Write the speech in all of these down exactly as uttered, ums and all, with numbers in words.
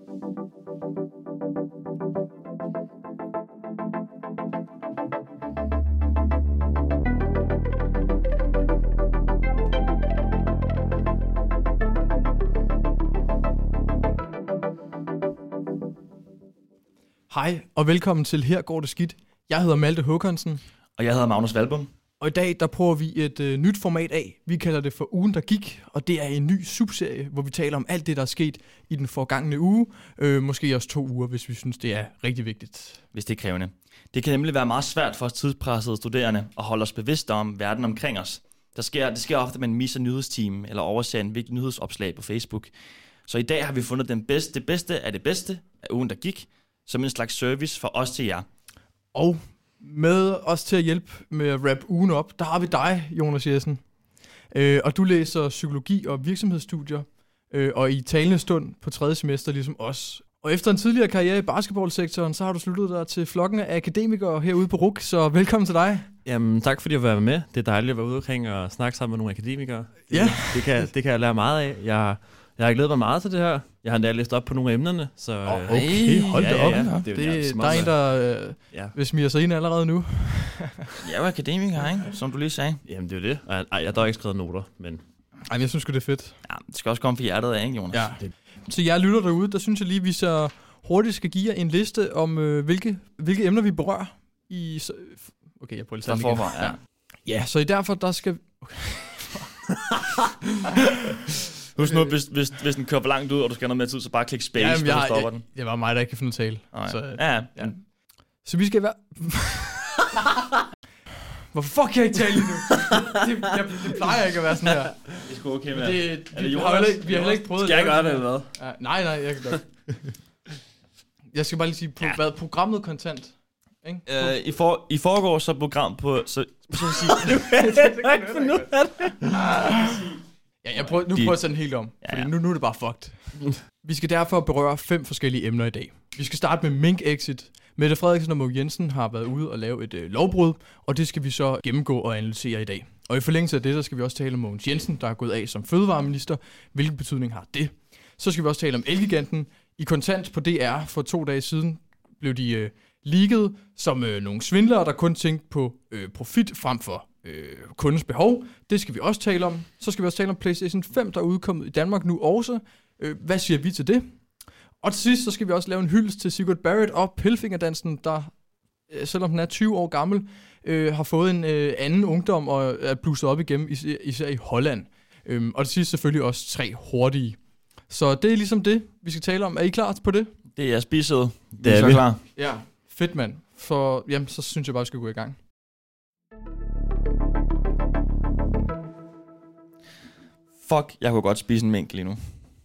Hej og velkommen til Her går det skidt. Jeg hedder Malte Håkonsen. Og jeg hedder Magnus Valbom. Og i dag der prøver vi et øh, nyt format af. Vi kalder det for Ugen der gik, og det er en ny subserie, hvor vi taler om alt det, der er sket i den forgangne uge. Øh, måske også to uger, hvis vi synes, det er rigtig vigtigt. Hvis det er krævende. Det kan nemlig være meget svært for os tidspressede studerende at holde os bevidste om verden omkring os. Der sker, det sker ofte, at man misser nyhedsteam eller overser en vigtig nyhedsopslag på Facebook. Så i dag har vi fundet den bedste, det bedste af det bedste af ugen, der gik, som en slags service for os til jer. Og med os til at hjælpe med at wrap ugen op, der har vi dig, Jonas Jessen. Øh, og du læser psykologi og virksomhedsstudier, øh, og i talende stund på tredje semester ligesom os. Og efter en tidligere karriere i basketballsektoren, så har du sluttet dig til flokken af akademikere herude på R U C, så velkommen til dig. Jamen, tak fordi jeg vil være med. Det er dejligt at være ude omkring og snakke sammen med nogle akademikere. Ja. Det, det, kan, det kan jeg lære meget af. Jeg, jeg har glædet mig meget til det her. Jeg har endda læst op på nogle af emnerne, så... Oh, okay, hold da ja, op. ja, ja. Det, Det, det, der er en, der øh, ja. vil smige sig ind allerede nu. Jeg er jo akademiker, ikke? Som du lige sagde. Jamen, det er jo det. Ej, jeg har dog ikke skrevet noter, men... Ej, jeg synes det er fedt. Ja, det skal også komme fra hjertet af, ikke, Jonas? Ja. Det. Så jeg lytter derude, der synes jeg lige, vi så hurtigt skal give jer en liste om, øh, hvilke, hvilke emner vi berører i... Okay, jeg prøver lige at starte igen. Ja. Ja, så i derfor, der skal... Okay. Husk nu, hvis, hvis, hvis den kører for langt ud, og du skal have noget mere tid, så bare klik space, Jamen, jeg, så stopper jeg, den. Det var mig, der ikke kan finde at tale. Nej. Så, ja, ja. ja. Så vi skal være... Hvorfor fuck kan jeg ikke tale lige nu? det, jeg, det plejer ikke at være sådan her. Det er sgu okay med. Det, er det vi, har ikke, vi har heller ikke prøvet skal jeg gøre det, eller hvad? Ja, nej, nej, jeg kan godt. Jeg skal bare lige sige, på, ja. Hvad programmet kontant? Ikke? Øh, i, for, I foregår så program på... Så, så at sige, ja, jeg prøver, nu prøver jeg at sætte den helt om, ja, ja. fordi nu, nu er det bare fucked. Vi skal derfor berøre fem forskellige emner i dag. Vi skal starte med mink-exit. Mette Frederiksen og Mogens Jensen har været ude og lave et øh, lovbrud, og det skal vi så gennemgå og analysere i dag. Og i forlængelse af det, så skal vi også tale om Mogens Jensen, der er gået af som fødevareminister. Hvilken betydning har det? Så skal vi også tale om Elgiganten. I Kontant på D R for to dage siden blev de øh, leaget som øh, nogle svindlere, der kun tænkte på øh, profit frem for øh, kundens behov. Det skal vi også tale om. Så skal vi også tale om PlayStation fem, der er udkommet i Danmark nu også. Øh, hvad siger vi til det? Og til sidst, så skal vi også lave en hyldest til Sigurd Barrett og Pelfingerdansen, der, øh, selvom den er tyve år gammel, øh, har fået en øh, anden ungdom og er blusset op igennem, især, især i Holland. Øh, og til sidst selvfølgelig også tre hurtige. Så det er ligesom det, vi skal tale om. Er I klar på det? det er spiset. Det er så vi. klar. Ja, fedt mand. For jamen, så synes jeg bare, vi skal gå i gang. Fuck, jeg kunne godt spise en mink lige nu.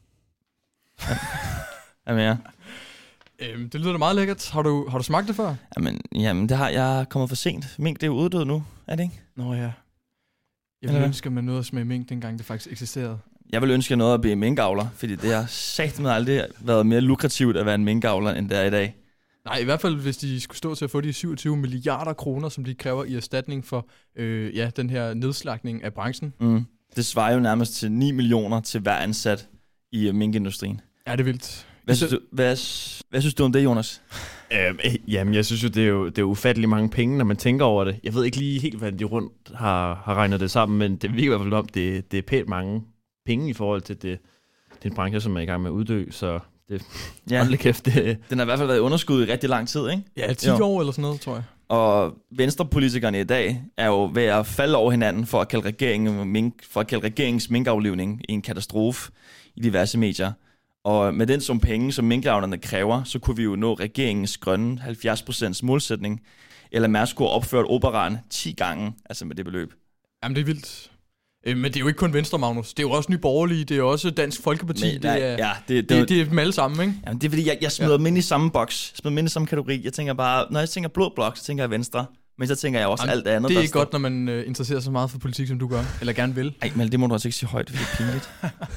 Jamen ja. Øhm, det lyder da meget lækkert. Har du, har du smagt det før? Jamen, jamen, det har jeg kommet for sent. Mink, det er jo uddød nu, er det ikke? Nå ja. Jeg ville ønske, at man nåede at smage mink, dengang det faktisk eksisterede. Jeg vil ønske, at jeg nåede at blive minkavler, fordi det har satme aldrig været mere lukrativt at være en minkavler, end det er i dag. Nej, i hvert fald hvis de skulle stå til at få de syvogtyve milliarder kroner, som de kræver i erstatning for øh, ja, den her nedslagning af branchen. Mm. Det svarer jo nærmest til ni millioner til hver ansat i uh, minkindustrien. Ja, det er vildt. Hvad synes, du, hvad, hvad synes du om det, Jonas? Øhm, jamen, jeg synes jo, det er jo det er ufattelig mange penge, når man tænker over det. Jeg ved ikke lige helt, hvad de rundt har, har regnet det sammen, men det virker i hvert fald om, det, det er pænt mange penge i forhold til det, den branche, som er i gang med at uddø, så det ja. Hold kæft, det... Den har i hvert fald været i underskud i rigtig lang tid, ikke? Ja, ti jo. år eller sådan noget, tror jeg. Og venstrepolitikerne i dag er jo ved at falde over hinanden for at kalde, regeringen mink, for at kalde regeringens minkaflivning en katastrofe i diverse medier. Og med den som penge, som minkavlerne kræver, så kunne vi jo nå regeringens grønne halvfjerds procent målsætning, eller Mærsk skulle opført operaen ti gange, altså med det beløb. Jamen, det er vildt. Men det er jo ikke kun Venstre, Magnus. Det er jo også Nye Borgerlige, det er også Dansk Folkeparti. Men, nej, det, er, ja, det, det, det, det er dem alle sammen, ikke? Jamen, det er fordi, jeg, jeg smider ja. dem ind i samme boks. Jeg smider dem ind i samme kategori. Jeg tænker bare, når jeg tænker blå blok, så tænker jeg Venstre. Men så tænker jeg også Jamen, alt andet. Det er ikke godt, når man uh, interesserer sig meget for politik, som du gør. Eller gerne vil. Ej, men det må du også ikke sige højt, for det er pinligt.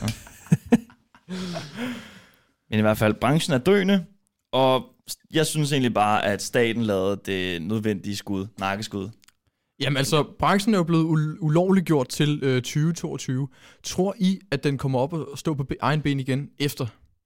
Men i hvert fald, branchen er døende. Og jeg synes egentlig bare, at staten lavede det nødvendige skud, nakkeskud. Jamen altså, branchen er jo blevet u- ulovliggjort til øh, tyve toogtyve. Tror I, at den kommer op og stå på be- egen ben igen efter?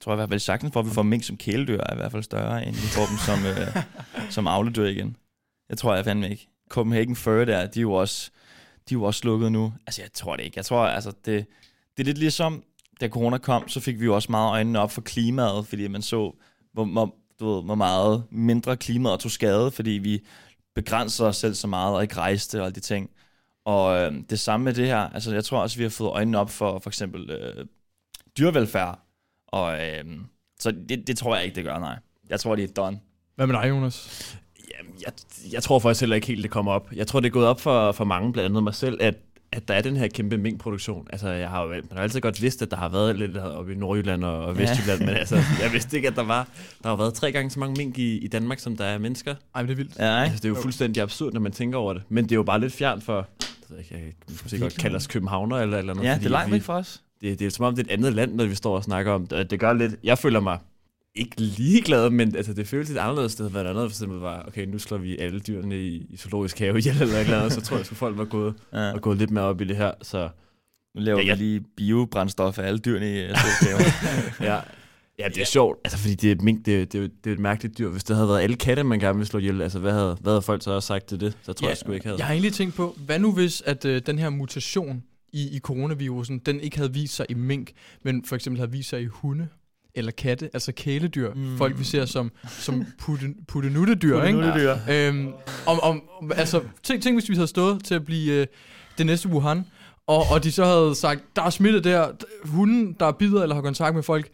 Jeg tror i hvert fald, chancen for, at vi får mink som kæledyr, er i hvert fald større, end vi får dem som, øh, som avledyr igen. Jeg tror jeg fandme ikke. Copenhagen Fur der, de er jo også, de er jo også lukket nu. Altså, jeg tror det ikke. Jeg tror, altså, det, det er lidt ligesom, da corona kom, så fik vi jo også meget øjnene op for klimaet, fordi man så, hvor, hvor, du ved, hvor meget mindre klimaet tog skade, fordi vi begrænser os selv så meget og ikke rejste og alle de ting. Og øh, det samme med det her. Altså, jeg tror også, vi har fået øjnene op for for eksempel øh, dyrevelfærd. Og øh, så det, det tror jeg ikke, det gør, nej. Jeg tror, det er done. Hvad med dig, Jonas? Jamen, jeg, jeg tror faktisk heller ikke helt, det kommer op. Jeg tror, det er gået op for, for mange, blandt andet mig selv, at, at der er den her kæmpe minkproduktion. Altså, jeg har jo man har altid godt vidst, at der har været lidt oppe i Nordjylland og, og Vestjylland, ja. Men altså, jeg vidste ikke, at der var der har været tre gange så mange mink i, i Danmark, som der er mennesker. Ej, men det er vildt. Ja, altså, det er jo fuldstændig absurd, når man tænker over det. Men det er jo bare lidt fjern for, jeg ved ikke, jeg kan godt kalde os københavner eller eller noget. Ja, det er langt væk for os. Det, det er som om, det er et andet land, når vi står og snakker om det. Det gør lidt, jeg føler mig ikke ligeglad, men altså, det føles lidt anderledes sted, hvad der andet for eksempel var, okay, nu slår vi alle dyrene i, i zoologisk have ihjel eller eller andet, så tror jeg, at folk var gået, ja. var gået lidt mere op i det her. Så nu laver ja, ja. vi lige biobrændstof af alle dyrene i zoologisk have. ja. Ja, det er sjovt, altså fordi det er et mink, det, det, det er et mærkeligt dyr. Hvis det havde været alle katte, man gerne ville slå ihjel, altså hvad havde, hvad havde folk så også sagt til det? Så tror ja, jeg sgu ikke havde. Jeg har egentlig tænkt på, hvad nu hvis, at øh, den her mutation i, i coronavirusen, den ikke havde vist sig i mink, men for eksempel havde vist sig i hunde eller katte, altså kæledyr. Mm. Folk vi ser som, som putte, puttenuttedyr, ikke? Puttenuttedyr. Øhm, om, om, altså, tænk, tænk, hvis vi havde stået til at blive øh, det næste Wuhan, og, og de så havde sagt, der er smitte der, hunden, der bider eller har kontakt med folk,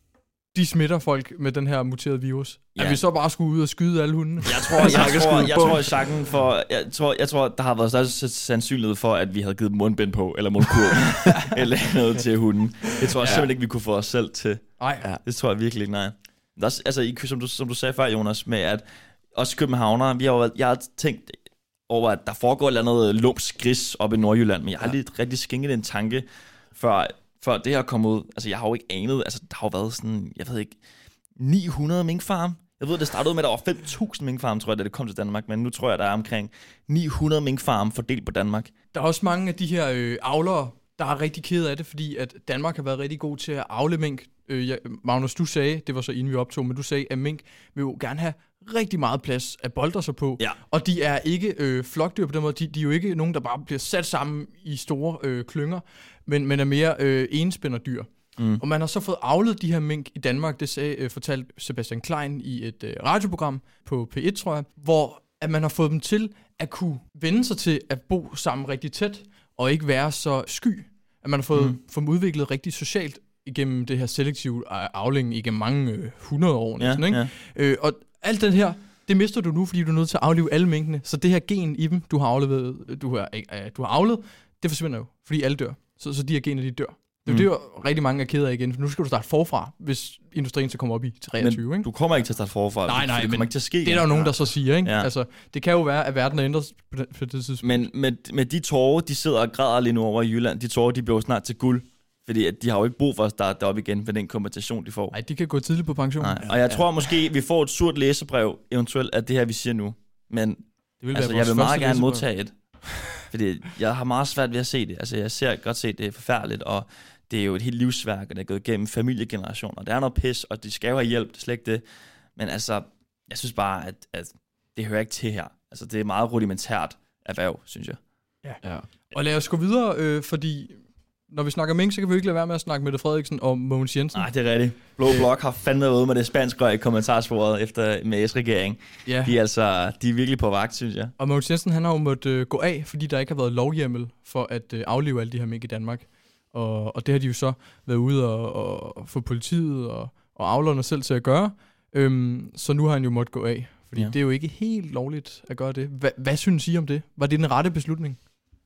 de smitter folk med den her muterede virus. Ja. At vi så bare skulle ud og skyde alle hundene. Jeg tror, jeg, jeg tror, jeg tror, chancen for, jeg tror, jeg tror, der har været større sandsynlighed for, at vi havde givet mundbind på, eller mundkur, eller noget til hunden. Det tror jeg ja. simpelthen ikke, vi kunne få os selv til. Nej. Ja. Det tror jeg virkelig ikke, nej. Også, altså, som du, som du sagde før, Jonas, med at også københavnere, vi har jo, jeg har tænkt over, at der foregår et eller andet lumsk gris oppe i Nordjylland, men jeg har ja. lige rigtig skænket en tanke, før før det her kom ud. Altså, jeg har jo ikke anet, altså, der har jo været sådan, jeg ved ikke, ni hundrede minkfarme. Jeg ved, det startede med, at der var fem tusind minkfarme, tror jeg, da det kom til Danmark, men nu tror jeg, der er omkring ni hundrede minkfarme fordelt på Danmark. Der er også mange af de her øh, avlere, der er rigtig ked af det, fordi at Danmark har været rigtig god til at avle mink. Øh, ja, Magnus, du sagde, det var så inden vi optog, men du sagde, at mink vil jo gerne have rigtig meget plads at boltre sig på. Ja. Og de er ikke øh, flokdyr på den måde. De, de er jo ikke nogen, der bare bliver sat sammen i store øh, klynger, men, men er mere øh, enspænderdyr. Mm. Og man har så fået avlet de her mink i Danmark, det sagde, øh, fortalte Sebastian Klein i et øh, radioprogram på P et, tror jeg, hvor at man har fået dem til at kunne vende sig til at bo sammen rigtig tæt, og ikke være så sky. At man har fået, mm. fået dem udviklet rigtig socialt igennem det her selektive avling igennem mange øh, hundrede år. Næsten, ja, ikke? Ja. Øh, og alt det her, det mister du nu, fordi du er nødt til at aflive alle minkene. Så det her gen i dem, du har, aflevet, du har, øh, du har avlet, det forsvinder jo, fordi alle dør. Så, så de her gener, de dør. Det er mm. det, jo rigtig mange er ked af igen, for nu skal du starte forfra, hvis industrien så kommer op i treogtyve. Men ikke? du kommer ikke til at starte forfra. Nej, nej, det kommer ikke til at ske. Det er der jo nogen, der så siger. Ikke? Ja. Altså, det kan jo være, at verden er ændret på det, på det tidspunkt. Men med, med de tårer, de sidder og græder lige nu over i Jylland, de tårer, de bliver snart til guld. Fordi at de har jo ikke brug for at starte op igen med den kompensation, de får. Nej, de kan gå tidligt på pension. Nej. Og jeg tror måske, vi får et surt læserbrev, eventuelt af det her, vi siger nu. Men det vil altså, jeg vil meget gerne modtage et. Fordi jeg har meget svært ved at se det. Altså, jeg ser godt se, det er forfærdeligt, og det er jo et helt livsværk, og det er gået igennem familiegenerationer. Der er noget pis, og de skal jo have hjælp, det er slet ikke det. Men altså, jeg synes bare, at, at det hører ikke til her. Altså, det er meget rudimentært erhverv, synes jeg. Ja. Ja. Og lad os gå videre, øh, fordi når vi snakker mink, så kan vi ikke lade være med at snakke Mette Frederiksen og Mogens Jensen. Nej, det er rigtigt. Blå Blok har fandme været ude med det spansk røg i kommentarsporet efter med S-regering. Ja. De er altså, de er virkelig på vagt, synes jeg. Og Mogens Jensen, han har jo måttet øh, gå af, fordi der ikke har været lovhjemmel for at øh, aflive alle de her mink i Danmark. Og, og det har de jo så været ude og, og få politiet og, og avlerne selv til at gøre. Øhm, så nu har han jo måttet gå af, fordi ja. det er jo ikke helt lovligt at gøre det. Hva, hvad synes I om det? Var det den rette beslutning?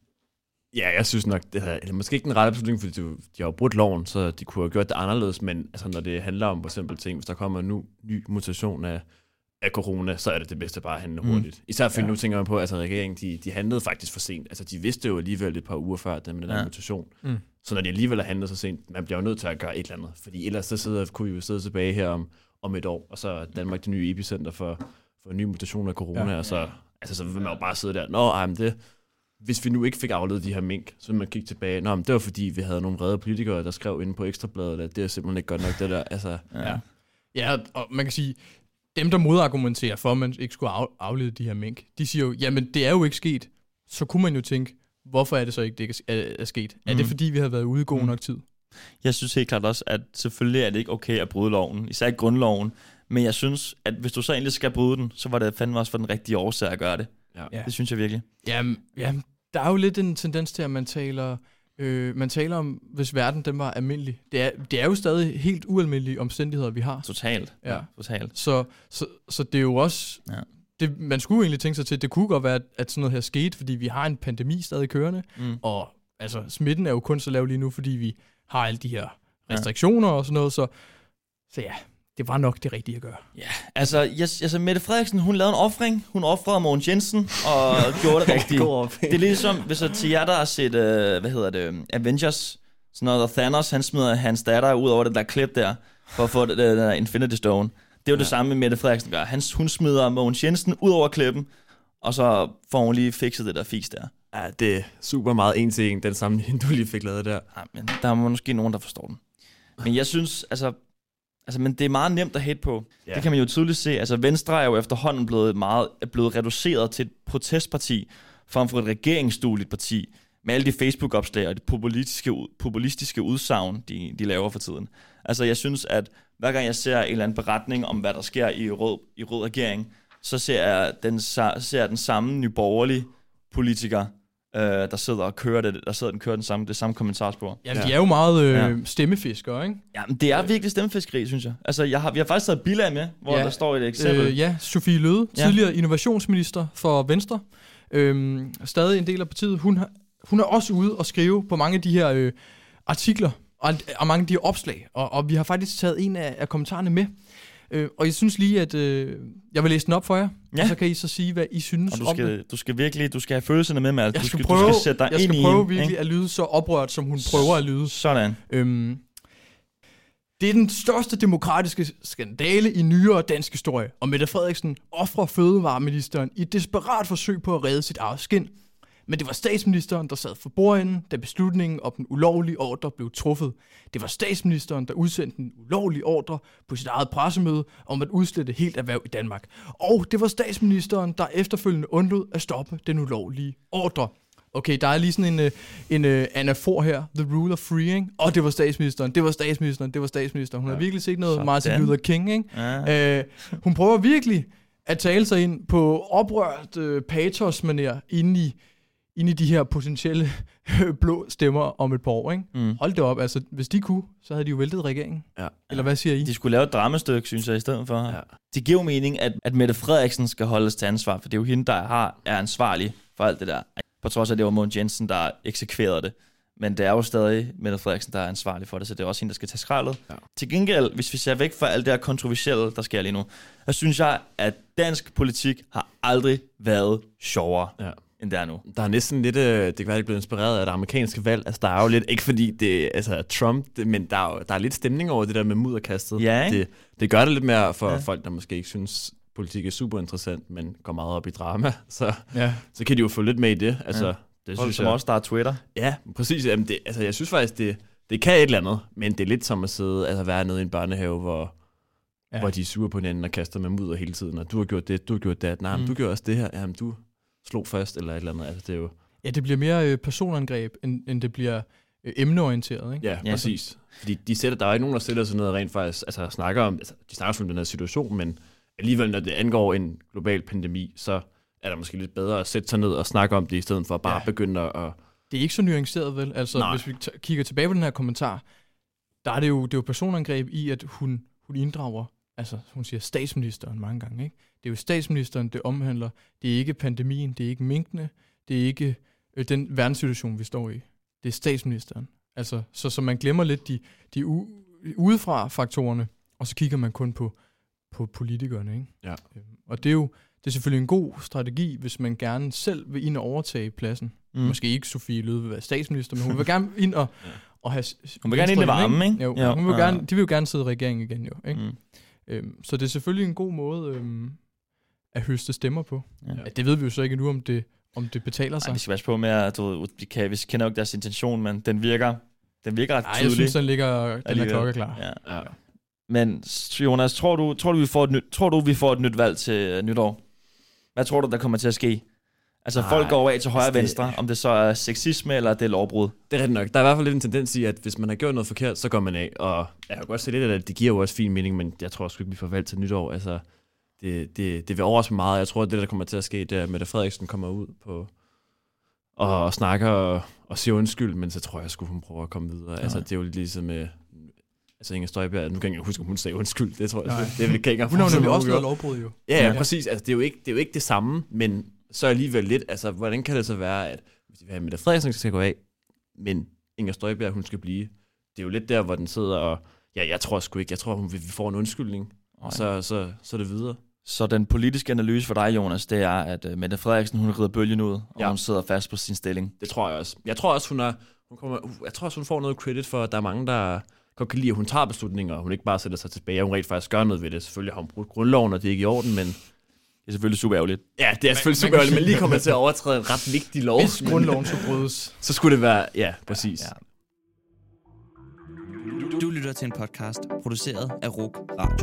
Ja, jeg synes nok, det her, eller måske ikke den rette beslutning, fordi de, de har jo brudt loven, så de kunne have gjort det anderledes, men altså, når det handler om for eksempel ting, hvis der kommer en nu, ny mutation af, af corona, så er det det bedste bare at handle hurtigt. Mm. Især fordi ja. nu tænker man på, at altså, regeringen, de, de handlede faktisk for sent. Altså, de vidste jo alligevel et par uger før, det med den ja. her mutation. Mm. Så når de alligevel har handlet så sent, man bliver jo nødt til at gøre et eller andet. Fordi ellers så sidder, kunne vi jo sidde tilbage her om, om et år, og så er Danmark det nye epicenter for, for en ny mutation af corona, ja. og så, altså, så vil man jo bare sidde der, nå, ej, men det... hvis vi nu ikke fik afledt de her mink, så man kigge tilbage, nå, men det var fordi, vi havde nogle vrede politikere, der skrev inde på Ekstrabladet, at det er simpelthen ikke godt nok, det der. Altså, ja. ja, og man kan sige, dem, der modargumenterer for, at man ikke skulle af, aflede de her mink, de siger jo, jamen det er jo ikke sket. Så kunne man jo tænke, hvorfor er det så ikke, det ikke er, er sket? Mm. Er det fordi, vi har været ude i god mm. nok tid? Jeg synes helt klart også, at selvfølgelig er det ikke okay at bryde loven, især ikke grundloven, men jeg synes, at hvis du så egentlig skal bryde den, så var det fandme også for den rigtige årsag at gøre det. Ja. Det synes jeg virkelig. Jamen, jamen, der er jo lidt en tendens til, at man taler, øh, man taler om, hvis verden den var almindelig. Det er, det er jo stadig helt ualmindelige omstændigheder, vi har. Totalt. Ja. Ja, totalt. Så, så, så det er jo også... Ja. Det, man skulle egentlig tænke sig til, det kunne godt være, at sådan noget her skete, fordi vi har en pandemi stadig kørende, mm. og altså, smitten er jo kun så lav lige nu, fordi vi har alle de her restriktioner ja. og sådan noget, så, så ja, det var nok det rigtige at gøre. Ja, altså, yes, altså Mette Frederiksen, hun lavede en offring, hun offrede Mogens Jensen, og gjorde det rigtigt. Det er ligesom, hvis jeg til jer, der har set, uh, hvad hedder det, Avengers, sådan noget, der Thanos, han smider hans datter ud over det der klip der, for at få det der Infinity Stone. Det er jo ja. det samme med Mette Frederiksen gør. Han, hun smider Mogens Jensen ud over klippen, og så får hun lige fikset det der fis der. Ja, det er super meget en til en, den sammenligning, du lige fik lavet der. Ja, men der er måske nogen, der forstår den. Men jeg synes, altså, altså men det er meget nemt at hate på. Ja. Det kan man jo tydeligt se. Altså Venstre er jo efterhånden blevet, meget, er blevet reduceret til et protestparti, frem for et regeringsdueligt parti, med alle de Facebook-opslag og de populistiske, populistiske udsagn, de, de laver for tiden. Altså jeg synes, at hver gang jeg ser en eller anden beretning om, hvad der sker i rød, i rød regering, så ser jeg den, ser jeg den samme nyborgerlige politiker, øh, der sidder og kører det, der sidder den kører den samme, det samme kommentarspor. Ja, de er jo meget øh, ja. stemmefiskere, ikke? Ja, men det er virkelig stemmefiskeri, synes jeg. Altså, jeg har, vi har faktisk taget bilag med, hvor ja. der står et eksempel. Øh, ja, Sofie Løhde, ja. tidligere innovationsminister for Venstre, øh, stadig en del af partiet. Hun har, hun er også ude og skrive på mange af de her øh, artikler, og, og mange af de her opslag, og, og vi har faktisk taget en af, af kommentarerne med. Øh, og jeg synes lige, at øh, jeg vil læse den op for jer, ja. og så kan I så sige, hvad I synes og du om skal, det. Du skal virkelig, du skal have følelserne med, med at jeg du skal, skal, prøve, du skal sætte dig jeg ind skal i prøve en, virkelig ikke? at lyde så oprørt, som hun prøver at lyde. Sådan. Øhm, det er den største demokratiske skandale i nyere dansk historie, og Mette Frederiksen offrer fødevareministeren i et desperat forsøg på at redde sit eget skind. Men det var statsministeren, der sad for bordenden, da beslutningen om den ulovlige ordre blev truffet. Det var statsministeren, der udsendte den ulovlige ordre på sit eget pressemøde om at udslette helt erhverv i Danmark. Og det var statsministeren, der efterfølgende undlod at stoppe den ulovlige ordre. Okay, der er lige sådan en, en, en anafor her. The rule of three, ikke? Og det var statsministeren, det var statsministeren, det var statsministeren. Hun ja. har virkelig set noget Martin Luther King, ikke? Ja. Øh, hun prøver virkelig at tale sig ind på oprørt øh, patos-manér inde i ind i de her potentielle blå stemmer om et par år, ikke? Mm. Hold det op, altså hvis de kunne, så havde de jo væltet regeringen. Ja. Eller hvad siger I? De skulle lave et dramastykke, synes jeg, i stedet for. Ja. Det giver jo mening, at, at Mette Frederiksen skal holdes til ansvar, for det er jo hende, der har, er ansvarlig for alt det der. På trods af, at det var Mogens Jensen, der eksekverede det. Men det er jo stadig Mette Frederiksen, der er ansvarlig for det, så det er også hende, der skal tage skraldet. Ja. Til gengæld, hvis vi ser væk fra alt det her kontroversielle, der sker lige nu, så synes jeg, at dansk politik har aldrig været sjovere. Ja. End der nu. Der er næsten lidt, øh, det kan være, det er blevet inspireret af det amerikanske valg. Altså, der er jo lidt, ikke fordi det altså, er Trump, det, men der er, jo, der er lidt stemning over det der med mudderkastet. Ja, det, det gør det lidt mere for ja. folk, der måske ikke synes, politik er super interessant, men går meget op i drama. Så, ja. så kan de jo få lidt med i det. Altså, ja. det folk, som jeg, også starter Twitter. Ja, præcis. Jamen, det, altså, jeg synes faktisk, det, det kan et eller andet, men det er lidt som at sidde, altså være nede i en børnehave, hvor, ja. hvor de er sure på hinanden og kaster med mudder hele tiden, og du har gjort det, du har gjort det, nej, mm. du gjorde også det her, jamen du slog fast, eller et eller andet. Altså, det er jo... Ja, det bliver mere øh, personangreb, end, end det bliver øh, emneorienteret, ikke? Ja, ja, præcis. Fordi de sætter, der er ikke nogen, der sætter sig ned og rent faktisk altså, snakker om, altså, de snakker om den her situation, men alligevel, når det angår en global pandemi, så er der måske lidt bedre at sætte sig ned og snakke om det, i stedet for at bare ja. begynde at... Det er ikke så nuanceret, vel? Altså, Nej. hvis vi t- kigger tilbage på den her kommentar, der er det jo, det er jo personangreb i, at hun, hun inddrager, altså hun siger statsministeren mange gange, ikke? Det er jo statsministeren, det omhandler. Det er ikke pandemien, det er ikke minkene, det er ikke øh, den verdenssituation, vi står i. Det er statsministeren. Altså, så, så man glemmer lidt de, de u- udefra faktorerne, og så kigger man kun på, på politikerne, ikke? Ja. Og det er jo det er selvfølgelig en god strategi, hvis man gerne selv vil ind og overtage pladsen. Mm. Måske ikke Sofie Løhde vil være statsminister, men hun vil gerne ind og, ja. og have... Hun vil gerne ind i varmen, ikke? Jo, jo. Hun vil ja. gerne, de vil jo gerne sidde i regeringen igen, jo, ikke? Mm. Øhm, så det er selvfølgelig en god måde øhm, at høste stemmer på. Ja. Ja, det ved vi jo så ikke nu, om det, om det betaler sig. Ej, vi skal passe på med, at du, vi, kan, vi kender jo ikke deres intention, men den virker, den virker ret Ej, tydelig. jeg synes, den ligger, den er klokkeklar. Ja. Ja. Men Jonas, tror du, tror du, vi får et nyt, tror du, vi får et nyt valg til uh, nytår? Hvad tror du, der kommer til at ske? Altså, Ej, folk går over af til højre og venstre, det, om det så er sexisme eller det er lovbrud. Det er ret nok. Der er i hvert fald lidt en tendens i, at hvis man har gjort noget forkert, så går man af. Og jeg kan godt se lidt, at det giver jo også fin mening, men jeg tror også ikke, vi får valg til nytår. Altså, det, det, det vil overraske meget. Jeg tror, at det, der kommer til at ske, det er, at Mette Frederiksen kommer ud på og, og snakker og, og siger undskyld, men så tror jeg, at hun prøver at komme videre. Ja. Altså, det er jo lidt ligesom med... Altså Inger Støjberg, nu kan jeg ikke huske, om hun sagde undskyld. Det tror jeg, det, det, det kan ikke hun har nemlig også lavet lovbrud, jo. Ja, ja, ja, præcis. Altså, det er jo ikke det, er jo ikke det samme, men så alligevel lidt. Altså, hvordan kan det så være, at hvis vi vil have Mette Frederiksen skal gå af, men Inger Støjberg, hun skal blive. Det er jo lidt der, hvor den sidder og... Ja, jeg tror sgu ikke. Jeg tror, hun, vi får en undskyldning, og så, så, så er det videre. Så den politiske analyse for dig, Jonas, det er, at uh, Mette Frederiksen, hun rider bølgen ud, og ja. hun sidder fast på sin stilling. Det tror jeg også. Jeg tror også, hun er... Hun kommer, uh, jeg tror også, hun får noget credit for, at der er mange, der godt kan lide, at hun tager beslutninger, og hun ikke bare sætter sig tilbage, og hun rent faktisk gør noget ved det. Selvfølgelig har hun brudt grundloven, og det er ikke i orden, men... Det er selvfølgelig super ærgerligt. Ja, det er selvfølgelig super ærgerligt, men lige kommer til at overtræde en ret vigtig lov. Hvis grundloven så brydes. Så skulle det være... Ja, præcis. Ja, ja. Du, du lytter til en podcast, produceret af R U K Radio.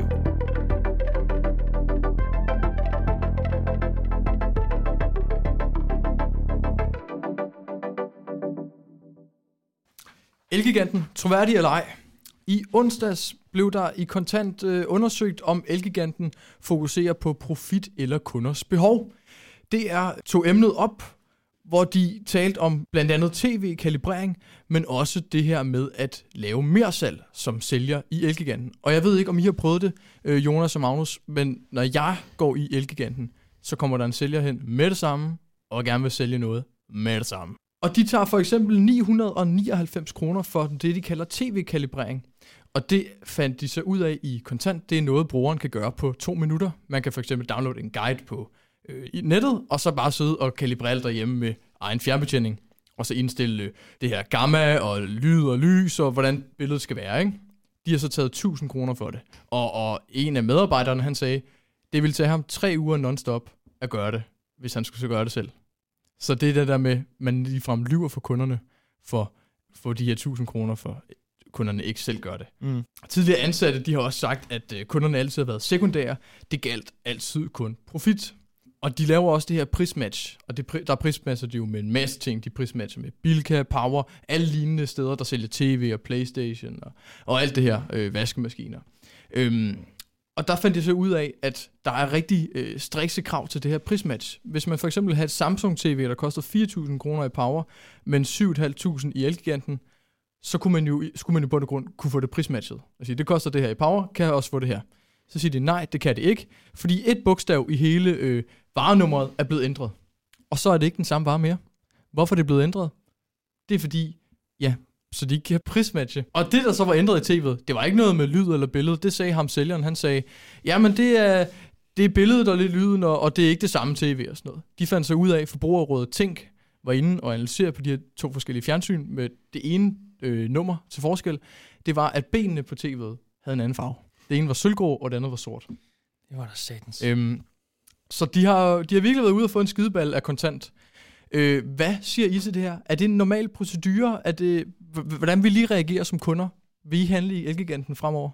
Elgiganten, troværdig eller ej? I onsdags blev der i Kontant øh, undersøgt, om Elgiganten fokuserer på profit eller kunders behov. Det er tog emnet op, hvor de talte om blandt andet tv-kalibrering, men også det her med at lave mere salg som sælger i Elgiganten. Og jeg ved ikke, om I har prøvet det, øh, Jonas og Magnus, men når jeg går i Elgiganten, så kommer der en sælger hen med det samme, og gerne vil sælge noget med det samme. Og de tager for eksempel ni hundrede og nioghalvfems kroner for det, de kalder tv-kalibrering. Og det fandt de så ud af i Kontant. Det er noget, brugeren kan gøre på to minutter. Man kan for eksempel downloade en guide på øh, nettet, og så bare sidde og kalibrere derhjemme med egen fjernbetjening. Og så indstille øh, det her gamma og lyd og lys, og hvordan billedet skal være, ikke? De har så taget tusind kroner for det. Og, og en af medarbejderne, han sagde, det ville tage ham tre uger non-stop at gøre det, hvis han skulle så gøre det selv. Så det er det der med, at man ligefrem lyver for kunderne for, for de her tusind kroner, for kunderne ikke selv gør det. Mm. Tidligere ansatte, de har også sagt, at kunderne altid har været sekundære. Det galt altid kun profit. Og de laver også det her prismatch. Og det, der prismatcher de jo med en masse ting. De prismatcher med Bilka, Power, alle lignende steder, der sælger tv og Playstation og, og alt det her øh, vaskemaskiner. Øhm, Og der fandt jeg så ud af, at der er rigtig øh, strikse krav til det her prismatch. Hvis man for eksempel har et Samsung-T V, der koster fire tusind kroner i Power, men syv tusind fem hundrede i Elgiganten, så kunne man jo, skulle man jo på den grund kunne få det prismatchet. Altså, det koster det her i Power, kan jeg også få det her. Så siger de, nej, det kan det ikke, fordi et bogstav i hele øh, varenummeret er blevet ændret. Og så er det ikke den samme vare mere. Hvorfor er det blevet ændret? Det er fordi, ja, så de ikke kan prismatche. Og det, der så var ændret i tv'et, det var ikke noget med lyd eller billede. Det sagde ham sælgeren. Han sagde, jamen det er, det er billedet og lidt lyden, og, og det er ikke det samme tv og sådan noget. De fandt så ud af, at Forbrugerrådet Tænk var inde og analysere på de her to forskellige fjernsyn med det ene øh, nummer til forskel. Det var, at benene på tv'et havde en anden farve. Det ene var sølvgrå, og det andet var sort. Det var da satans. Øhm, så de har, de har virkelig været ude og få en skideball af Kontant. Øh, hvad siger I til det her? Er det en normal procedure? Er det, hvordan vil I reagere som kunder? Vil I handle i Elgiganten fremover?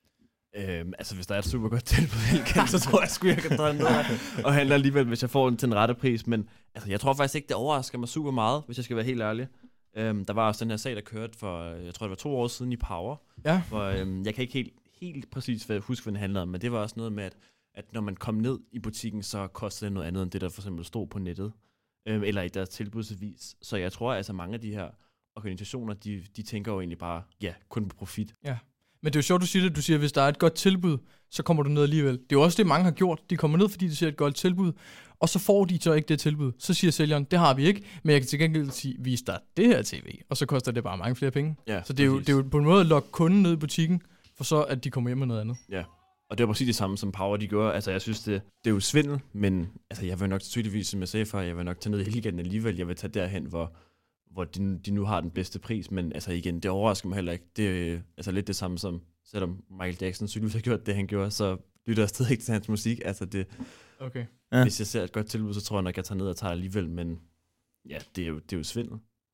Øhm, altså, hvis der er et super godt tilbud i Elgiganten, så tror jeg sgu, jeg kan drømme noget og handle alligevel, hvis jeg får den til en rette pris. Men altså, jeg tror faktisk ikke, det overrasker mig super meget, hvis jeg skal være helt ærlig. Øhm, der var også den her sag, der kørte for, jeg tror det var to år siden i Power. Ja. Hvor, øhm, jeg kan ikke helt, helt præcis huske, hvad den handlede om, men det var også noget med, at, at når man kom ned i butikken, så kostede det noget andet, end det, der for eksempel stod på nettet. Øhm, eller i deres tilbudsavis. Så jeg tror, at altså, mange af de her organisationer, de, de tænker jo egentlig bare, ja, kun på profit. Ja, men det er jo sjovt, du siger det. Du siger, at hvis der er et godt tilbud, så kommer du ned alligevel. Det er jo også det, mange har gjort. De kommer ned, fordi de ser et godt tilbud, og så får de så ikke det tilbud. Så siger sælgeren, det har vi ikke, men jeg kan til gengæld sige, vis dig det her tv, og så koster det bare mange flere penge. Ja, så det er, jo, det er jo på en måde at lokke kunden ned i butikken, for så at de kommer hjem med noget andet. Ja. Og det var præcis det samme, som Power de gør. Altså, jeg synes, det, det er jo svindel, men altså, jeg vil nok tydeligvis, som jeg sagde før, jeg vil nok tage ned i Elgiganten alligevel. Jeg vil tage derhen, hvor, hvor de, de nu har den bedste pris. Men altså igen, det overrasker mig heller ikke. Det er altså lidt det samme som, selvom Michael Jackson tydeligvis har gjort det, han gjorde, så lytter jeg stadig ikke til hans musik. Altså, det, Okay. Ja. Hvis jeg ser et godt tilbud, så tror jeg nok, jeg tager ned og tager alligevel, men ja, det er jo, det er jo svindel.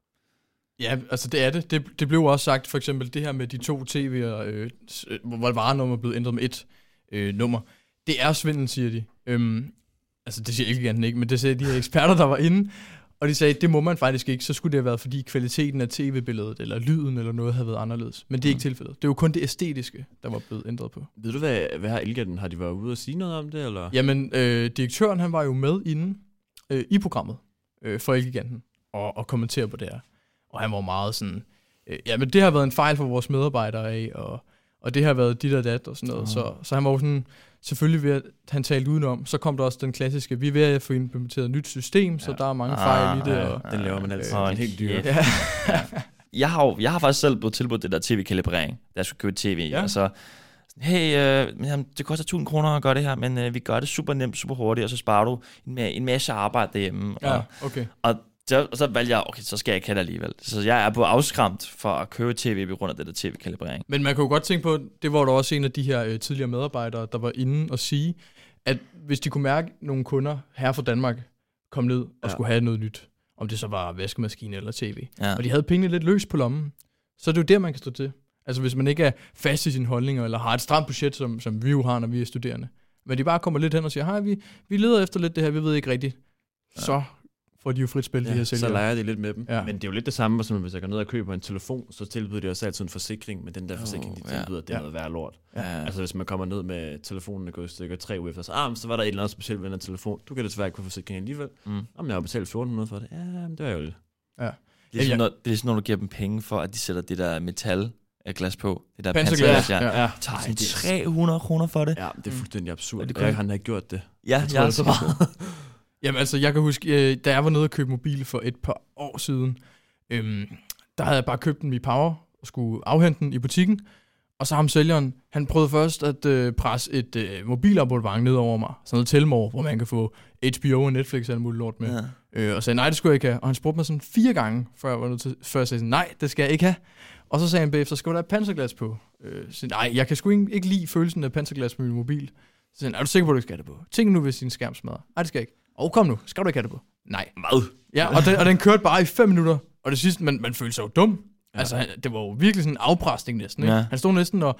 Ja, altså det er det. det. Det blev også sagt, for eksempel det her med de to tv'er, øh, hvor varenummer er blevet ændret med et øh, nummer. Det er svindel, siger de. Øhm, altså det siger Elgiganten ikke, men det sagde de her eksperter, der var inde. Og de sagde, det må man faktisk ikke. Så skulle det have været, fordi kvaliteten af tv-billedet, eller lyden, eller noget, havde været anderledes. Men det er ikke tilfældet. Det er jo kun det æstetiske, der var blevet ændret på. Ved du, hvad, hvad har Elgiganten? Har de været ude og sige noget om det, eller? Jamen, øh, direktøren, han var jo med inde øh, i programmet øh, for Elgiganten, og, og kommentere på det her. Og han var meget sådan, øh, jamen det har været en fejl for vores medarbejdere af, og, og det har været dit og dat og sådan noget. Uh-huh. Så, så han var jo sådan, selvfølgelig ved at han talte udenom, så kom der også den klassiske, vi er ved at få implementeret et nyt system, ja. Så der er mange fejl ah, i det. Og, den laver man altid. Øh, den helt dyr. Ja. jeg, har jo, jeg har faktisk selv blevet tilbudt det der tv-kalibrering, da jeg skulle købe tv. Ja. Altså, hey, øh, jamen, det koster tusind kroner at gøre det her, men øh, vi gør det super nemt, super hurtigt, og så sparer du en, en masse arbejde derhjemme. Ja, og, okay. Og Så, og så valgte jeg, okay, så skal jeg ikke have det alligevel. Så jeg er på afskræmt for at købe tv på grund af det der tv-kalibrering. Men man kan jo godt tænke på, det var der også en af de her øh, tidligere medarbejdere, der var inde og sige, at hvis de kunne mærke nogle kunder her fra Danmark kom ned og ja. skulle have noget nyt, om det så var vaskemaskine eller tv, ja. Og de havde pengene lidt løs på lommen, så er det jo der, man kan stå til. Altså hvis man ikke er fast i sine holdninger, eller har et stramt budget, som, som vi jo har, når vi er studerende, men de bare kommer lidt hen og siger, hej, vi, vi leder efter lidt det her, vi ved ikke rigtigt, ja. Så får de jo frit spil, ja, de her sælgere. Så leger de lidt med dem. Ja. Men det er jo lidt det samme, som hvis jeg går ned og køber en telefon, så tilbyder de også altid en forsikring, men den der forsikring, de tilbyder, ja. Det er noget værd lort. Ja. Altså hvis man kommer ned med telefonen og går i stykker tre uger efter, så, ah, så var der et eller andet specielt ved den telefon. Du kan desværre ikke få forsikring alligevel. Mm. Om jeg har betalt fjorten hundrede for det. Ja, men det var jo lidt. Ja. Det er sådan, når, det er sådan, når du giver dem penge for, at de sætter det der metal glas på. Det der panserglas, ja. ja. ja. Tager sådan tre hundrede kroner for det. Ja, det er fuldstændig absurd. Ja, det jeg har ikke gjort det. Ja, jeg tror jeg så meget. Jamen altså, jeg kan huske, da jeg var nede og købe mobil for et par år siden, øhm, der havde jeg bare købt den i Power og skulle afhente den i butikken. Og så ham sælgeren, han prøvede først at øh, presse et øh, mobilabonnement ned over mig. Sådan noget Telmore, hvor man kan få H B O og Netflix og alt muligt lort med. Ja. Øh, og sagde, nej, det skulle jeg ikke have. Og han spurgte mig sådan fire gange, før jeg, var nødt til, før jeg sagde sådan, nej, det skal jeg ikke have. Og så sagde han bagefter, skal du have et panserglas på? Øh, så nej, jeg kan sgu ikke, ikke lide følelsen af panserglas med min mobil. Så sagde han, er du sikker på, at du skal have det på? Tænk nu, hvis din skærm smadrer. Nej, det skal jeg ikke. Og kom nu, skal du ikke have det på? Nej. Hvad? Ja, og den, og den kørte bare i fem minutter. Og det sidste, man, man følte sig jo dum. Ja. Altså, han, det var jo virkelig sådan en afpresning næsten. Ikke? Ja. Han stod næsten og,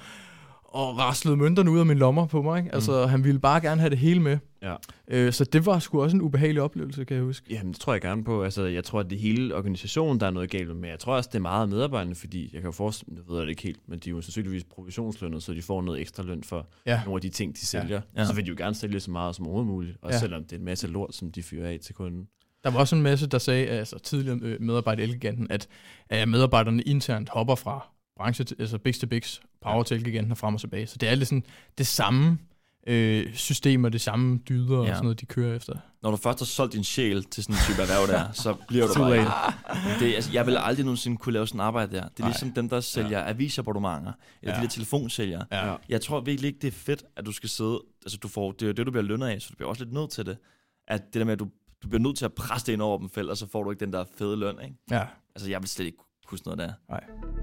og raslede mønterne ud af mine lommer på mig. Ikke? Altså, mm. han ville bare gerne have det hele med. Ja. Øh, så det var sgu også en ubehagelig oplevelse, kan jeg huske. Jamen, det tror jeg gerne på. Altså, jeg tror, at det hele organisationen, der er noget galt med. Jeg tror også, det er meget medarbejderne, fordi jeg kan jo forestille, jeg ved det ikke helt, men de er jo sandsynligvis provisionslønnet, så de får noget ekstra løn for ja. nogle af de ting, de sælger. Ja. Ja. Så vil de jo gerne sælge så meget som overhovedet muligt, også ja. selvom det er en masse lort, som de fyrer af til kunden. Der var også en masse, der sagde, altså tidligere medarbejdere i Elgiganten, at, at medarbejderne internt hopper fra branche til, altså Bix til Bix, Power til Elgiganten og frem og tilbage. Så det er lidt sådan det samme øh, system og det samme dyder ja. og sådan noget, de kører efter. Når du først har solgt din sjæl til sådan en type erhverv der, så bliver du bare... Det, altså, jeg vil aldrig nogensinde kunne lave sådan en arbejde der. Det er Ej. ligesom dem, der sælger ja. avisabonnementer, eller ja. de der telefonsælgere. Ja. Jeg tror virkelig ikke, det er fedt, at du skal sidde... Altså, du får, det er jo det, du bliver lønnet af, så du bliver også lidt nødt til det. At det der med, at du Du bliver nødt til at presse det ind over dem fælles, og så får du ikke den der fede løn, ikke? Ja. Altså, jeg vil slet ikke kunne sådan noget der. Nej.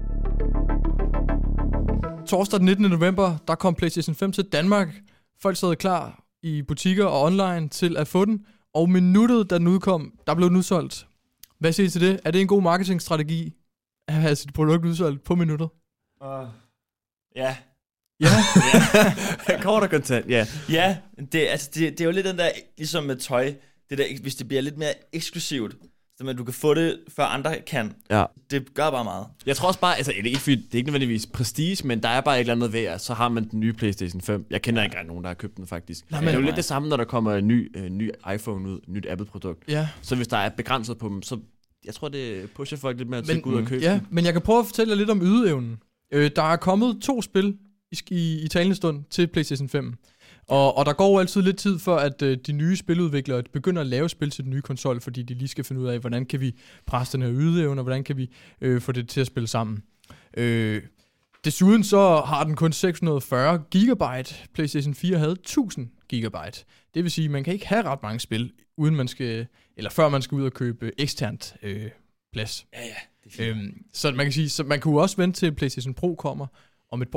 Torsdag den nittende november, der kom PlayStation fem til Danmark. Folk sad klar i butikker og online til at få den. Og minuttet, da den udkom, der blev den udsolgt. Hvad siger I til det? Er det en god marketingstrategi at have sit produkt udsolgt på minuttet? Uh, ja. Ja. ja. Kort og kontant, ja. Ja, det, altså, det, det er jo lidt den der, ligesom med tøj, det der, hvis det bliver lidt mere eksklusivt, så man, du kan få det, før andre kan. Ja. Det gør bare meget. Jeg tror også bare, altså det er, ikke, det er ikke nødvendigvis prestige, men der er bare et eller andet ved, at så har man den nye PlayStation fem. Jeg kender ikke engang nogen, der har købt den faktisk. Nej, men det er jo lidt det samme, når der kommer en ny, øh, ny iPhone ud, et nyt Apple-produkt. Ja. Så hvis der er begrænset på dem, så jeg tror, det pusher folk lidt mere til at gå ud og købe ja, den. Men jeg kan prøve at fortælle jer lidt om ydeevnen. Øh, der er kommet to spil i, i, i talende stund til PlayStation fem. Og, og der går jo altid lidt tid for, at øh, de nye spiludviklere begynder at lave spil til den nye konsol, fordi de lige skal finde ud af, hvordan kan vi presse den her ydeevne, og hvordan kan vi øh, få det til at spille sammen. Øh, desuden så har den kun seks hundrede og fyrre gigabyte. PlayStation fire havde tusind gigabyte. Det vil sige, at man kan ikke have ret mange spil, uden man skal, eller før man skal ud og købe eksternt øh, plads. Ja, ja. Det er øhm, så man kan sige, så man kunne også vente til PlayStation Pro kommer om et par år,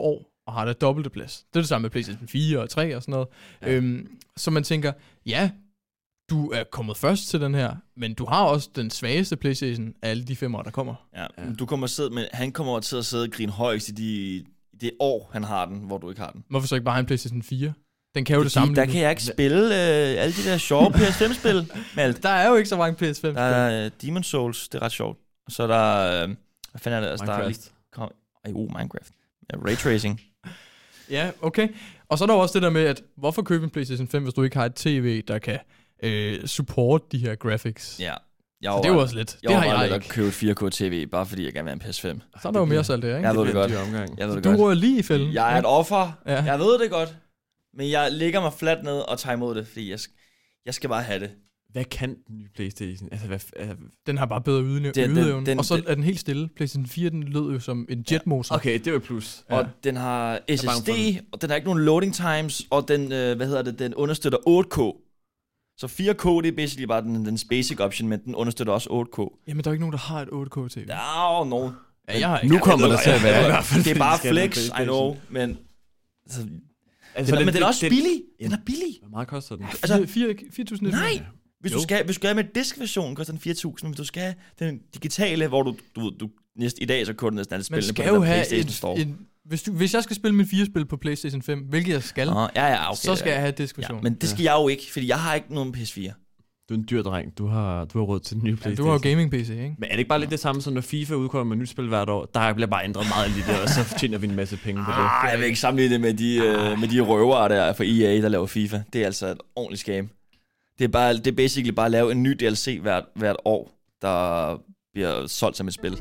og har det dobbelte plads. Det er det samme med PlayStation fire og tre og sådan noget. Ja. Øhm, så man tænker, ja, du er kommet først til den her, men du har også den svageste PlayStation af alle de fem år, der kommer. Ja, ja. Du kommer sidde, men han kommer til at sidde og grine højst i de, det år, han har den, hvor du ikke har den. Hvorfor så ikke bare have en PlayStation fire? Den kan jo det, det samme. Der kan jeg ikke spille øh, alle de der sjove P S fem-spil. Der er jo ikke så mange P S fem-spil. Der er uh, Demon's Souls, det er ret sjovt. Og så er der, uh, hvad fanden er det? Altså, Minecraft. Der er lige, kom, uh, Minecraft. Ja, Raytracing. Ja, okay. Og så er der også det der med, at hvorfor købe en PlayStation fem, hvis du ikke har et tv, der kan øh, support de her graphics? Ja. Jeg så det er jo også lidt. Jeg det har jeg jeg ikke. at købe et fire K tv, bare fordi jeg gerne vil have en P S fem. Så er der jo mere salg der, ikke? Jeg ved det, det godt. Jeg ved det du godt. rører lige i fælden. Jeg er et offer. Ja. Jeg ved det godt. Men jeg lægger mig fladt ned og tager imod det, fordi jeg, jeg skal bare have det. Hvad kan den nye PlayStation? Altså, hvad, uh... Den har bare bedre ydeevne. Og så er den helt stille. PlayStation fire, den lød jo som en jetmotor. Ja. Okay, det var plus. Ja. Og den har S S D, og den har ikke nogen loading times, og den, øh, hvad hedder det, den understøtter otte K. Så fire K, det er basically bare den, den basic option, men den understøtter også otte K. Jamen, der er ikke nogen, der har et otte K T V. Der er jo nogen. Ja, jeg har ikke. Nu kommer der til at være i hvert fald. Det er bare flex, I know, men... Altså, altså, den, den, men den er også den, billig. Den er billig. Hvor meget koster den? Altså, fire tusind. Nej! Hvis du, skal, hvis du skal have med diskversionen, koster den fire tusind. Hvis du skal have den digitale, hvor du, du, du næste, i dag så kunne du næsten alle spillene på den der PlayStation Store. En, hvis, du, hvis jeg skal spille min fire-spil på PlayStation fem, hvilket jeg skal, uh, ja, ja, okay, så skal ja. jeg have diskversionen. Ja, men det skal ja. jeg jo ikke, fordi jeg har ikke nogen P S fire. Du er en dyr dreng. Du har, du har råd til den nye PlayStation. Ja, du har jo gaming-P C, ikke? Men er det ikke bare lidt det samme, som når FIFA udkommer med nyt spil hvert år? Der bliver bare ændret meget af det der, og så tjener vi en masse penge på det. Ah, jeg vil ikke sammenligne det med de, øh, med de røvere der fra E A, der laver FIFA. Det er altså et ordentligt scam. Det er, bare, det er basically bare at lave en ny D L C hvert, hvert år, der bliver solgt som et spil.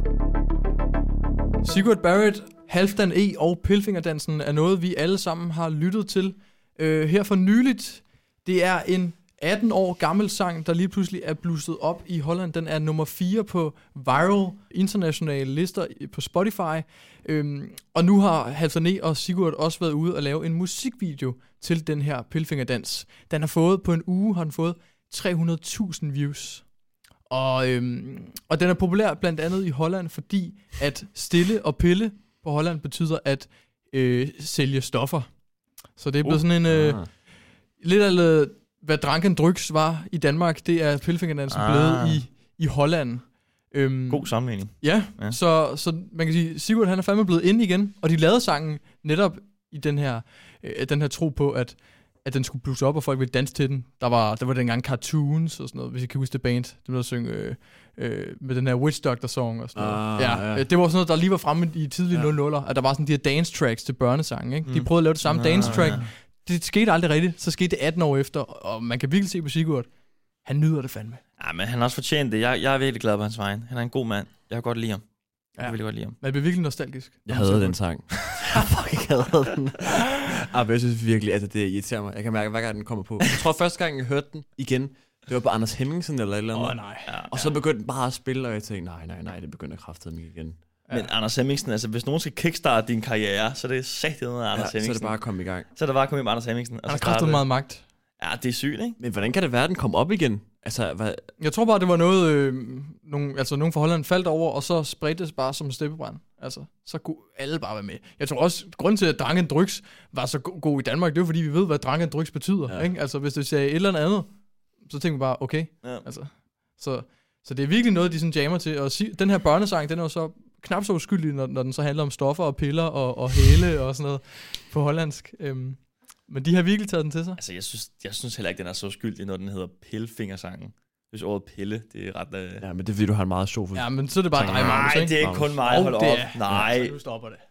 Sigurd Barrett, Halfdan E og Pilfingerdansen er noget, vi alle sammen har lyttet til øh, her for nyligt. Det er en atten år gammel sang, der lige pludselig er blusset op i Holland. Den er nummer fire på viral internationale lister på Spotify. Øhm, og nu har Halfdan E og Sigurd også været ude og lave en musikvideo til den her Pilfingerdans. Den har fået, på en uge har den fået tre hundrede tusind views. Og, øhm, og den er populær blandt andet i Holland, fordi at stille og pille på Holland betyder at øh, sælge stoffer. Så det er blevet uh, sådan en... Øh, lidt af hvad Dranken Dryks var i Danmark, det er Pilfingerdansen ah. blevet i, i Holland. Øhm, God sammenligning. Ja, ja. Så, så man kan sige, Sigurd han er fandme blevet inde igen, og de lavede sangen netop i den her, øh, den her tro på, at, at den skulle blusse op, og folk ville danse til den. Der var, der var dengang cartoons og sådan noget, hvis I kan huske det band, det der synge øh, øh, med den her Witch Doctor song og sådan noget. Ah, ja, ja. Det var sådan noget, der lige var fremme i tidlige ja. nuller, at der var sådan de her dance tracks til børnesange. Ikke? Mm. De prøvede at lave det samme ah, dance track. Ja. Det skete aldrig rigtigt, så skete det atten år efter, og man kan virkelig se på Sigurd, han nyder det fandme. Ja, men han har også fortjent det. Jeg, jeg er virkelig glad på hans vejen. Han er en god mand. Jeg kan godt lide ham. Jeg kan ja. virkelig godt lide ham. Man bliver virkelig nostalgisk. Jeg havde den sang. Jeg fucking havde den. Ah, jeg synes virkelig, at det irriterer mig. Jeg kan mærke, hver gang den kommer på. Jeg tror, første gang, jeg hørte den igen, det var på Anders Hemmingsen eller et eller andet. Åh, oh, nej. Ja, og så begyndte den bare at spille, og jeg tænkte, nej, nej, nej, det begynder kraftigt mig igen. Ja. Men Anders Hemmingsen, altså hvis nogen skal kickstarte din karriere, så er det sagt noget af Anders ja, Hemmingsen. så er det bare at komme i gang. Så er det bare at komme i med Anders Hemmingsen. Han har kraftet meget magt. Ja, det er sygt, ikke? Men hvordan kan det være, at den kom op igen? Altså, hvad? Jeg tror bare, det var noget, øh, nogen, altså nogen fra Holland faldt over, og så spredte det bare som en steppebrand. Altså, så kunne alle bare være med. Jeg tror også, grunden til, at Dranken Dryks var så go- god i Danmark, det var fordi, vi ved, hvad Dranken Dryks betyder. Ja. Ikke? Altså, hvis det sagde et eller andet, så tænkte vi bare, okay. Ja. Altså, så, så det er virkelig noget, de sådan jammer til. Og si- den her børnesang, den er jo så knap så uskyldig, når, når den så handler om stoffer og piller og, og hæle og sådan noget på hollandsk. Øhm, men de har virkelig taget den til sig. Altså, jeg synes, jeg synes heller ikke, den er så uskyldig, når den hedder Pilfingersangen. Hvis ordet pille, det er ret... Øh... Ja, men det er fordi, du har en meget sjov... Ja, men så er det bare dig, Magnus, ikke? Nej, det er ikke kun mig, hold op. Er. Nej. Ja, så nu stopper det.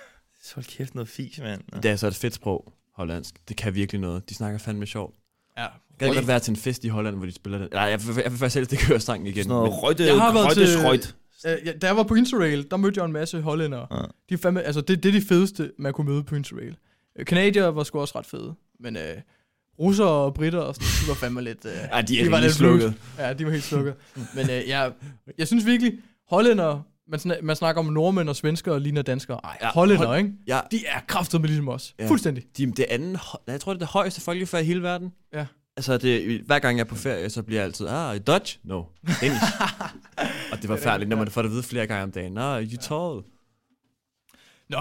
Så hold kæft noget fis, mand. Ja. Det er så et fedt sprog, hollandsk. Det kan virkelig noget. De snakker fandme sjovt. Ja. Kan det godt være til en fest i Holland, hvor de spiller den? Nej, jeg vil faktisk helst ikke høre sangen igen. Sådan noget røgte, jeg har været røgte, til... Uh, ja, da jeg var på Interrail, der mødte jeg en masse hollændere. Ja. De fandme, altså det, det er det fedeste, man kunne møde på Interrail. Uh, Canadier var sgu også ret fede, men uh, russere og britter og sådan, de var fandme lidt... Uh, ja, de er de var lidt slukket. Ja, de var helt slukket. Men uh, jeg, jeg synes virkelig, hollændere, man, snak, man snakker om nordmænd og svenskere og ligner danskere. Ej, ja, hollændere, hold, ikke? Ja. De er kraftedeme ligesom os. Ja. Fuldstændig. De, det anden, jeg tror, det er det højeste folkefærd i hele verden. Ja. Altså, det, hver gang jeg er på ferie, så bliver jeg altid, ah, Dutch? No, English. Og det var færdigt, når man får det at vide flere gange om dagen. Ah, you tall. Nå,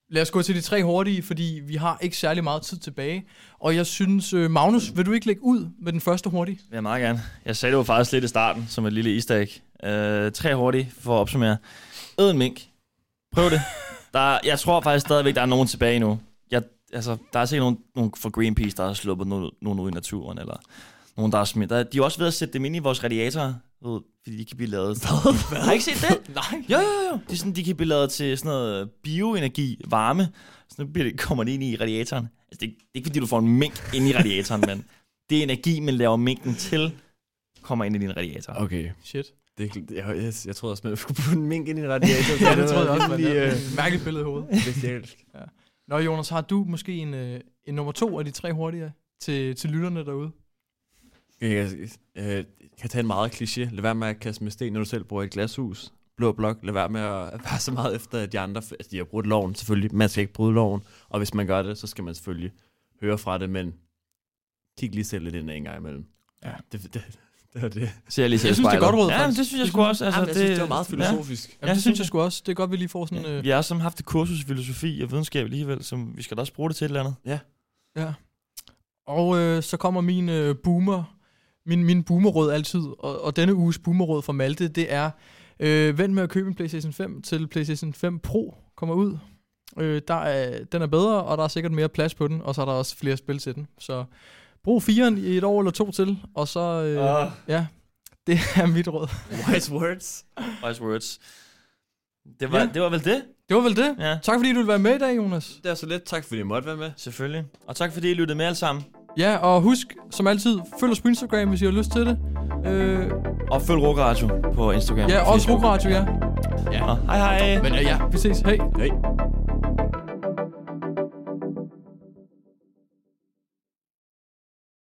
Lad os gå til de tre hurtige, fordi vi har ikke særlig meget tid tilbage. Og jeg synes, øh, Magnus, vil du ikke lægge ud med den første hurtige? Ja, meget gerne. Jeg sagde det jo faktisk lidt i starten, som et lille easter egg. Øh, tre hurtige for at opsummere. Æd en mink. Prøv det. Der, jeg tror faktisk stadigvæk, der er nogen tilbage nu. Jeg, altså, der er sikkert nogen, nogen fra Greenpeace, der har sluppet nogen, nogen ud i naturen, eller nogen, der er smidt. Der, de er også ved at sætte dem ind i vores radiatorer, ved, fordi de kan blive lavet. Hvad? Har I ikke set det? Nej. Jo, jo, jo. Det er sådan, de kan blive lavet til sådan noget bioenergi, varme. Så nu bliver det, kommer det ind i radiatoren. Altså, det, det er ikke, fordi du får en mink ind i radiatoren, men det er energi, man laver minken til, kommer ind i din radiator. Okay. Shit. Det, jeg, jeg, jeg troede også, man skulle putte en mink ind i en radiator. Ja, det troede jeg også, man lige, havde. Mærkeligt billede i hovedet. Specielt. Ja. Nå, Jonas, har du måske en, øh, en nummer to af de tre hurtige til, til lytterne derude? Jeg, jeg, jeg kan tage en meget kliché. Lad være med at kaste med sten, når du selv bor i et glashus. Blå blok. Lad være med at være så meget efter de andre. Altså, de har brudt loven, selvfølgelig. Man skal ikke bryde loven. Og hvis man gør det, så skal man selvfølgelig høre fra det. Men kig lige selv lidt ind en gang imellem. Ja. Det, det, det var det. Så jeg lige Jeg synes, det er godt råd, Ja, faktisk. det synes jeg sgu også. Altså, Jamen, jeg det, synes, det var meget filosofisk. Ja, det synes jeg sgu også. Det er godt, vi lige får sådan... Ja. Øh... Vi har som haft et kursus i filosofi og videnskab alligevel, som vi skal da også bruge det til et eller andet. Ja. Ja. Og øh, så kommer min øh, boomer, min, min boomerråd altid, og, og denne uges boomerråd fra Malte, det er, øh, vent med at købe en PlayStation fem til PlayStation fem Pro kommer ud. Øh, der er, den er bedre, og der er sikkert mere plads på den, og så er der også flere spil til den. Så brug firen i et år eller to til, og så, øh, Uh. ja, det er mit råd. Wise words. Wise words. Det var, Ja. det var vel det? Det var vel det. Ja, Tak fordi du ville være med i dag, Jonas. Det er så lidt. Tak fordi I måtte være med. selvfølgelig. Og tak fordi I lyttede med alle sammen. Ja, og husk, som altid, følg os på Instagram, hvis I har lyst til det. Øh, Og følg Rock Radio på Instagram. ja, og også Facebook. Rock Radio, ja. Ja. Og hej hej. Men øh, ja, vi ses. Hej. Hej.